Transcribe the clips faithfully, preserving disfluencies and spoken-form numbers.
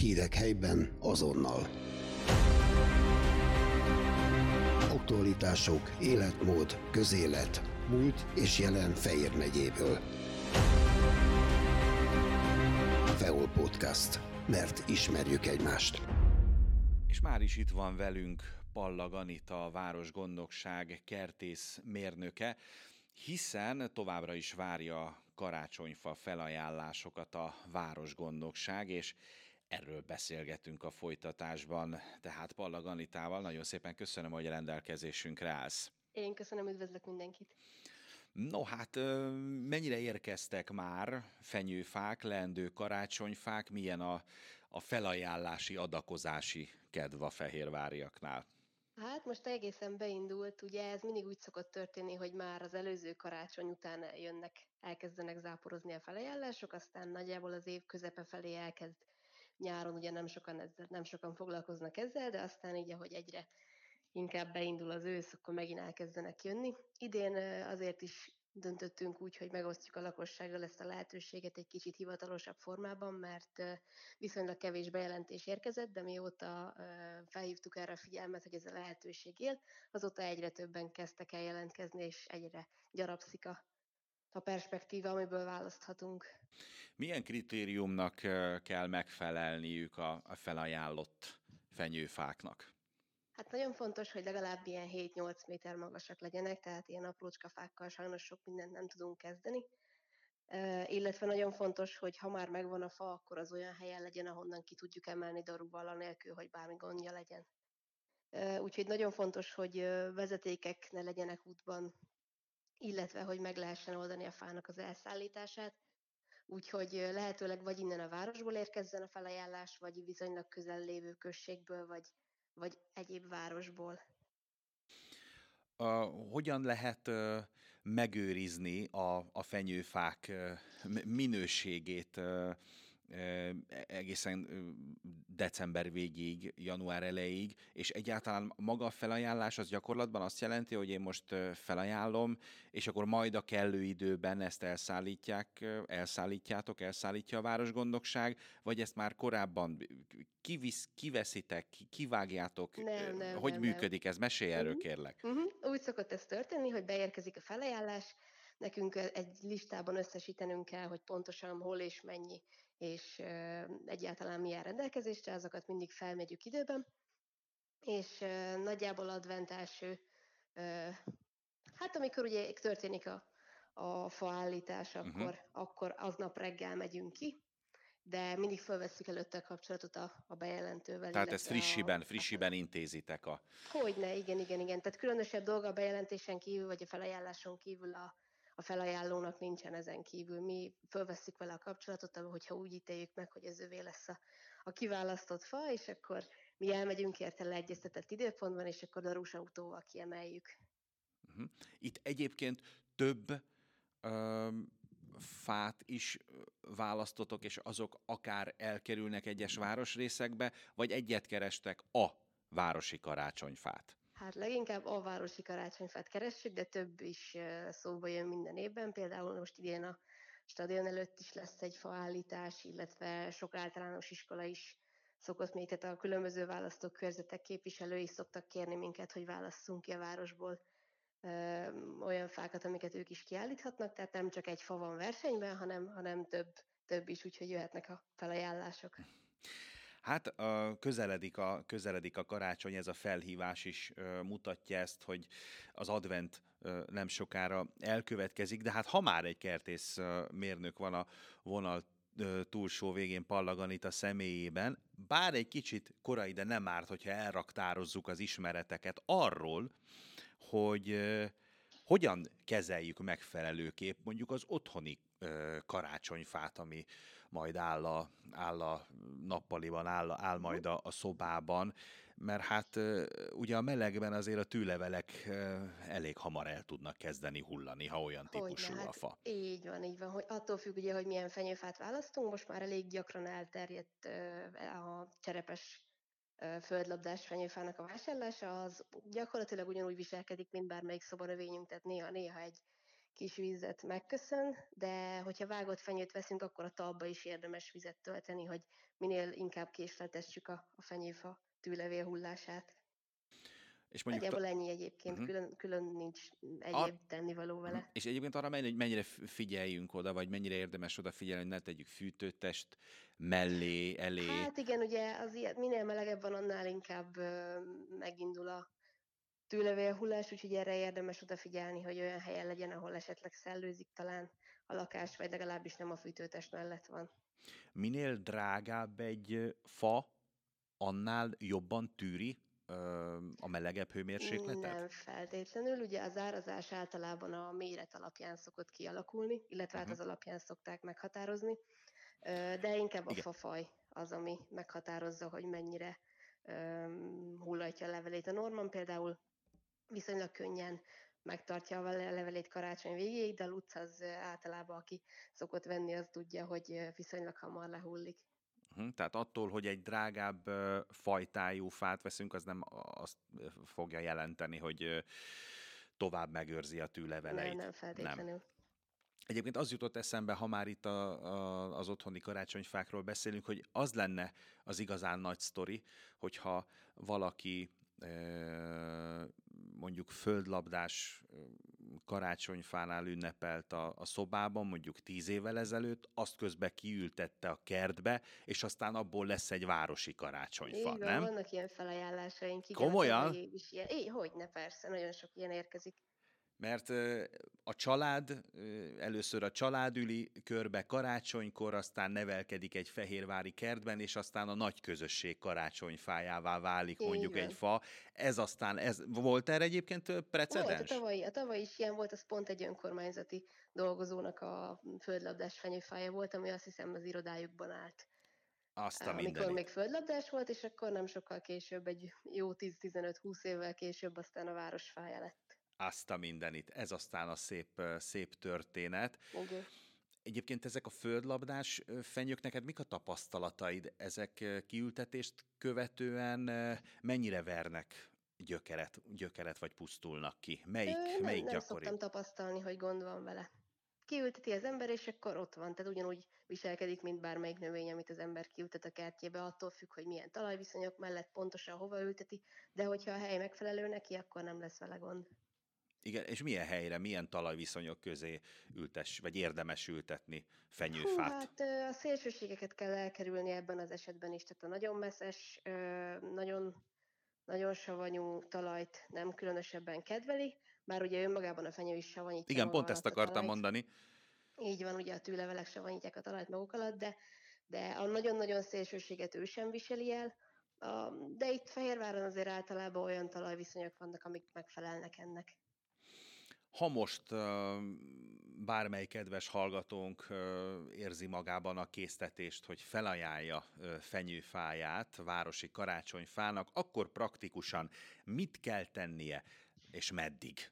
Hírek helyben azonnal. Aktualitások, életmód, közélet, múlt és jelen Fejér megyéből. Feol Podcast, mert ismerjük egymást. És már is itt van velünk Pallag Anita, a városgondnokság kertész mérnöke, hiszen továbbra is várja a karácsonyfa felajánlásokat a városgondnokság, és erről beszélgetünk a folytatásban. Tehát Pallag Anitával nagyon szépen köszönöm, hogy rendelkezésünkre állsz. Én köszönöm, üdvözlök mindenkit. No hát, mennyire érkeztek már fenyőfák, leendő karácsonyfák, milyen a, a felajánlási, adakozási kedv a fehérváriaknál? Hát most egészen beindult, ugye ez mindig úgy szokott történni, hogy már az előző karácsony után jönnek, elkezdenek záporozni a felajánlások, aztán nagyjából az év közepe felé elkezd nyáron, ugye nem sokan, ezzel, nem sokan foglalkoznak ezzel, de aztán így, ahogy egyre inkább beindul az ősz, akkor megint elkezdenek jönni. Idén azért is döntöttünk úgy, hogy megosztjuk a lakossággal ezt a lehetőséget egy kicsit hivatalosabb formában, mert viszonylag kevés bejelentés érkezett, de mióta felhívtuk erre a figyelmet, hogy ez a lehetőség él, azóta egyre többen kezdtek el jelentkezni, és egyre gyarapszik a, a perspektíva, amiből választhatunk. Milyen kritériumnak kell megfelelniük a, a felajánlott fenyőfáknak? Hát nagyon fontos, hogy legalább ilyen hét-nyolc méter magasak legyenek, tehát ilyen aprócska fákkal sajnos sok mindent nem tudunk kezdeni. Uh, illetve nagyon fontos, hogy ha már megvan a fa, akkor az olyan helyen legyen, ahonnan ki tudjuk emelni daruval, anélkül, hogy bármi gondja legyen. Uh, úgyhogy nagyon fontos, hogy uh, vezetékek ne legyenek útban, illetve hogy meg lehessen oldani a fának az elszállítását. Úgyhogy uh, lehetőleg vagy innen a városból érkezzen a felajánlás, vagy viszonylag közel lévő községből, vagy vagy egyéb városból. Uh, hogyan lehet uh, megőrizni a, a fenyőfák uh, minőségét uh, uh, egészen uh, december végéig, január elejéig, és egyáltalán maga a felajánlás az gyakorlatban azt jelenti, hogy én most uh, felajánlom, és akkor majd a kellő időben ezt elszállítják, uh, elszállítjátok, elszállítja a városgondnokság, vagy ezt már korábban kivisz, kiveszitek, kivágjátok, nem, nem, hogy nem, működik nem. ez? Mesélj erről, uh-huh. kérlek. Uh-huh. Úgy szokott ez történni, hogy beérkezik a felajánlás, nekünk egy listában összesítenünk kell, hogy pontosan hol és mennyi, és uh, egyáltalán milyen rendelkezésre, azokat mindig felmegyük időben, és uh, nagyjából advent első, uh, hát amikor ugye történik a, a faállítás, akkor, uh-huh. akkor aznap reggel megyünk ki, de mindig felvesszük előtte a kapcsolatot a, a bejelentővel. Tehát ezt frissiben, a, frissiben a... intézitek a... Hogyne, igen, igen, igen. Tehát különösebb dolga a bejelentésen kívül, vagy a felajánláson kívül a, a felajánlónak nincsen ezen kívül. Mi felvesszük vele a kapcsolatot, hogyha úgy ítéljük meg, hogy ez övé lesz a, a kiválasztott fa, és akkor mi elmegyünk érte leegyeztetett időpontban, és akkor darús autóval kiemeljük. Uh-huh. Itt egyébként több... Um... fát is választotok, és azok akár elkerülnek egyes városrészekbe, vagy egyet kerestek a városi karácsonyfát? Hát leginkább a városi karácsonyfát keressük, de több is szóba jön minden évben. Például most idén a stadion előtt is lesz egy faállítás, illetve sok általános iskola is szokott még, tehát a különböző választókörzetek képviselői is szoktak kérni minket, hogy válasszunk ki a városból olyan fákat, amiket ők is kiállíthatnak, tehát nem csak egy fa van versenyben, hanem, hanem több, több is, úgyhogy jöhetnek a felajánlások. Hát a, közeledik, a, közeledik a karácsony, ez a felhívás is ö, mutatja ezt, hogy az advent ö, nem sokára elkövetkezik, de hát ha már egy kertész ö, mérnök van a vonal ö, túlsó végén, Pallag Anita személyében, bár egy kicsit korai, de nem árt, hogyha elraktározzuk az ismereteket arról, hogy ö, hogyan kezeljük megfelelőképp mondjuk az otthoni ö, karácsonyfát, ami majd áll a, áll a nappaliban, áll, áll majd a, a szobában, mert hát ö, ugye a melegben azért a tűlevelek ö, elég hamar el tudnak kezdeni hullani, ha olyan típusú Hogyne, a hát fa. Így van, így van, hogy attól függ ugye, hogy milyen fenyőfát választunk, most már elég gyakran elterjedt ö, a cserepes földlabdás fenyőfának a vásárlása, az gyakorlatilag ugyanúgy viselkedik, mint bármelyik szobanövényünk, tehát néha-néha egy kis vízet megköszön, de hogyha vágott fenyőt veszünk, akkor a talpba is érdemes vizet tölteni, hogy minél inkább késleltessük a, a fenyőfa tűlevél hullását. És mondjuk... Ta... Nagyjából ennyi egyébként, uh-huh. külön, külön nincs Ar... egyéb tennivaló vele. Uh-huh. És egyébként arra menni, hogy mennyire figyeljünk oda, vagy mennyire érdemes odafigyelni, hogy ne tegyük fűtőtest mellé, elé. Hát igen, ugye az ilyet, minél melegebb van, annál inkább ö, megindul a tűlevélhullás, úgyhogy erre érdemes odafigyelni, hogy olyan helyen legyen, ahol esetleg szellőzik talán a lakás, vagy legalábbis nem a fűtőtest mellett van. Minél drágább egy fa, annál jobban tűri ö, a melegebb hőmérsékletet? Nem feltétlenül, ugye az árazás általában a méret alapján szokott kialakulni, illetve hát uh-huh. az alapján szokták meghatározni, de inkább a Igen. fafaj az, ami meghatározza, hogy mennyire um, hullatja a levelét. A Norman például viszonylag könnyen megtartja a levelét karácsony végéig, de a Lutz az általában, aki szokott venni, az tudja, hogy viszonylag hamar lehullik. Uh-huh. Tehát attól, hogy egy drágább uh, fajtájú fát veszünk, az nem azt fogja jelenteni, hogy uh, tovább megőrzi a tűleveleit. Nem, nem feltétlenül. Nem. Egyébként az jutott eszembe, ha már itt a, a, az otthoni karácsonyfákról beszélünk, hogy az lenne az igazán nagy sztori, hogyha valaki mondjuk földlabdás karácsonyfánál ünnepelt a, a szobában, mondjuk tíz évvel ezelőtt, azt közben kiültette a kertbe, és aztán abból lesz egy városi karácsonyfa, Igen, nem? vannak ilyen felajánlásaink. Igen, komolyan? Is ilyen. É, hogyne, persze, nagyon sok ilyen érkezik. Mert a család, először a család üli körbe karácsonykor, aztán nevelkedik egy fehérvári kertben, és aztán a nagy közösség karácsonyfájává válik mondjuk egy fa. Ez aztán, ez, volt erre egyébként precedens? Volt, a tavalyi, a tavalyi is ilyen volt, az pont egy önkormányzati dolgozónak a földlabdás fenyőfája volt, ami azt hiszem az irodájukban állt. Azt a Amikor mindenit. még földlabdás volt, és akkor nem sokkal később, egy jó tíz-tizenöt-húsz évvel később aztán a városfája lett. Azt a mindenit. Ez aztán a szép, szép történet. Okay. Egyébként ezek a földlabdás fenyők, neked mik a tapasztalataid? Ezek kiültetést követően mennyire vernek gyökeret, gyökeret vagy pusztulnak ki? Melyik, Ö, nem, melyik nem gyakori? szoktam tapasztalni, hogy gond van vele. Kiülteti az ember, és akkor ott van. Tehát ugyanúgy viselkedik, mint bármelyik növény, amit az ember kiültet a kertjébe, attól függ, hogy milyen talajviszonyok mellett pontosan hova ülteti, de hogyha a hely megfelelő neki, akkor nem lesz vele gond. Igen, és milyen helyre, milyen talajviszonyok közé ültes, vagy érdemes ültetni fenyőfát? Hú, hát a szélsőségeket kell elkerülni ebben az esetben is, tehát a nagyon messzes, nagyon, nagyon savanyú talajt nem különösebben kedveli, bár ugye önmagában a fenyő is savanyítja. Igen, pont ezt akartam mondani. Így van, ugye a tűlevelek savanyítják a talajt maguk alatt, de, de a nagyon-nagyon szélsőséget ő sem viseli el, de itt Fehérváron azért általában olyan talajviszonyok vannak, amik megfelelnek ennek. Ha most bármely kedves hallgatónk érzi magában a késztetést, hogy felajánlja fenyőfáját városi karácsonyfának, akkor praktikusan mit kell tennie, és meddig?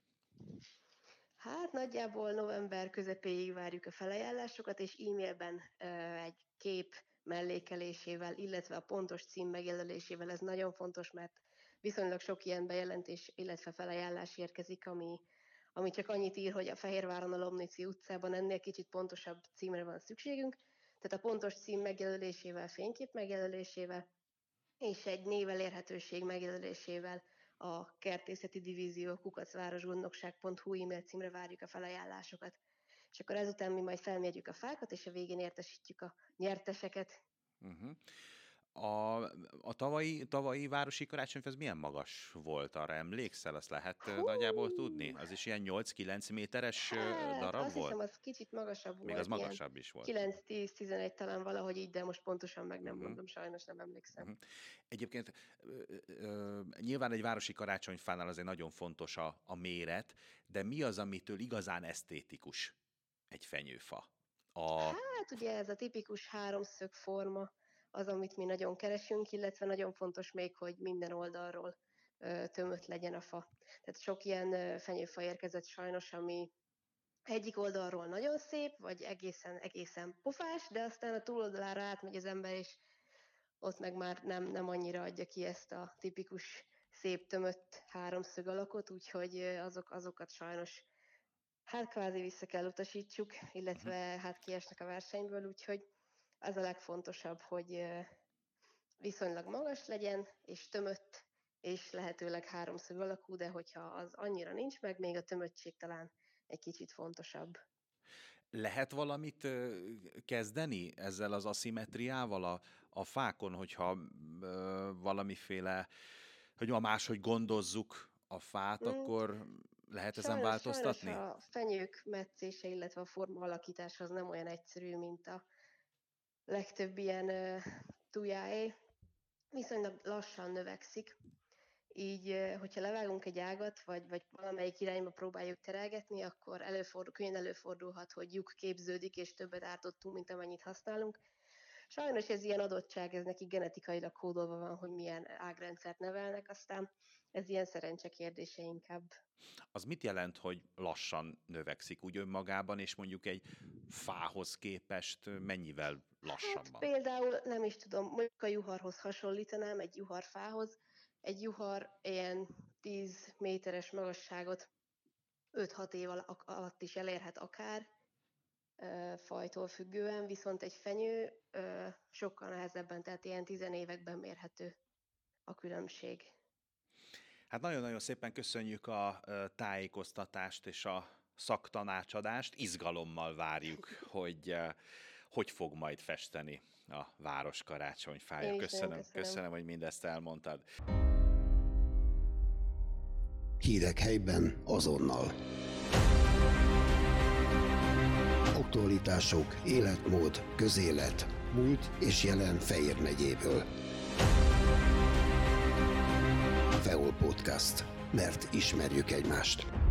Hát nagyjából november közepéig várjuk a felajánlásokat, és e-mailben egy kép mellékelésével, illetve a pontos cím megjelölésével, ez nagyon fontos, mert viszonylag sok ilyen bejelentés, illetve felajánlás érkezik, ami ami csak annyit ír, hogy a Fehérváron a Lomnici utcában ennél kicsit pontosabb címre van szükségünk. Tehát a pontos cím megjelölésével, fénykép megjelölésével, és egy név elérhetőség megjelölésével a kertészeti divízió kukacvárosgondnokság pont hu e-mail címre várjuk a felajánlásokat. És akkor ezután mi majd felmérjük a fákat, és a végén értesítjük a nyerteseket. Uh-huh. A, a tavalyi, tavalyi városi karácsonyfa ez milyen magas volt, arra emlékszel? Azt lehet Hú, nagyjából tudni? Az is ilyen nyolc-kilenc méteres hát, darab azt volt? hiszem, az kicsit magasabb Még volt. az magasabb is volt. kilenc-tíz-tizenegy talán valahogy így, de most pontosan meg nem uh-huh. mondom, sajnos nem emlékszem. Uh-huh. Egyébként ö, ö, nyilván egy városi karácsonyfánál azért nagyon fontos a, a méret, de mi az, amitől igazán esztétikus egy fenyőfa? A... Hát ugye ez a tipikus háromszög forma, az, amit mi nagyon keresünk, illetve nagyon fontos még, hogy minden oldalról ö, tömött legyen a fa. Tehát sok ilyen ö, fenyőfa érkezett sajnos, ami egyik oldalról nagyon szép, vagy egészen, egészen pofás, de aztán a túloldalára átmegy az ember, és ott meg már nem, nem annyira adja ki ezt a tipikus szép tömött háromszög alakot, úgyhogy azok, azokat sajnos Hát kvázi vissza kell utasítsuk, illetve hát kiesnek a versenyből, úgyhogy az a legfontosabb, hogy ö, viszonylag magas legyen, és tömött, és lehetőleg háromszög alakú, de hogyha az annyira nincs meg, még a tömöttség talán egy kicsit fontosabb. Lehet valamit ö, kezdeni ezzel az aszimetriával a, a fákon, hogyha ö, valamiféle, hogy ma máshogy gondozzuk a fát, Mm, akkor lehet ezen Sajnos, sajnos változtatni? a fenyők metszése, illetve a forma alakítása az nem olyan egyszerű, mint a legtöbb ilyen ö, tujáé. Viszonylag lassan növekszik, így, ö, hogyha levágunk egy ágat, vagy, vagy valamelyik irányba próbáljuk terelgetni, akkor előfordul, könnyen előfordulhat, hogy lyuk képződik, és többet ártottunk, mint amennyit használunk. Sajnos ez ilyen adottság, ez neki genetikailag kódolva van, hogy milyen ágrendszert nevelnek, aztán ez ilyen szerencse kérdése inkább. Az mit jelent, hogy lassan növekszik úgy önmagában, és mondjuk egy fához képest mennyivel Hát lassabban? például nem is tudom, mondjuk a juharhoz hasonlítanám, egy juharfához. Egy juhar ilyen tíz méteres magasságot öt-hat év ala- alatt is elérhet akár, ö, fajtól függően, viszont egy fenyő ö, sokkal nehezebben, tehát ilyen tizenévekben mérhető a különbség. Hát nagyon-nagyon szépen köszönjük a ö, tájékoztatást és a szaktanácsadást. Izgalommal várjuk, hogy ö, hogy fog majd festeni a város karácsonyfája. Én is nagyon Köszönöm, köszönöm. köszönöm, hogy mindezt elmondtad. Hírek helyben azonnal. Aktualitások, életmód, közélet, múlt és jelen Fejér megyéből. Feol Podcast, mert ismerjük egymást.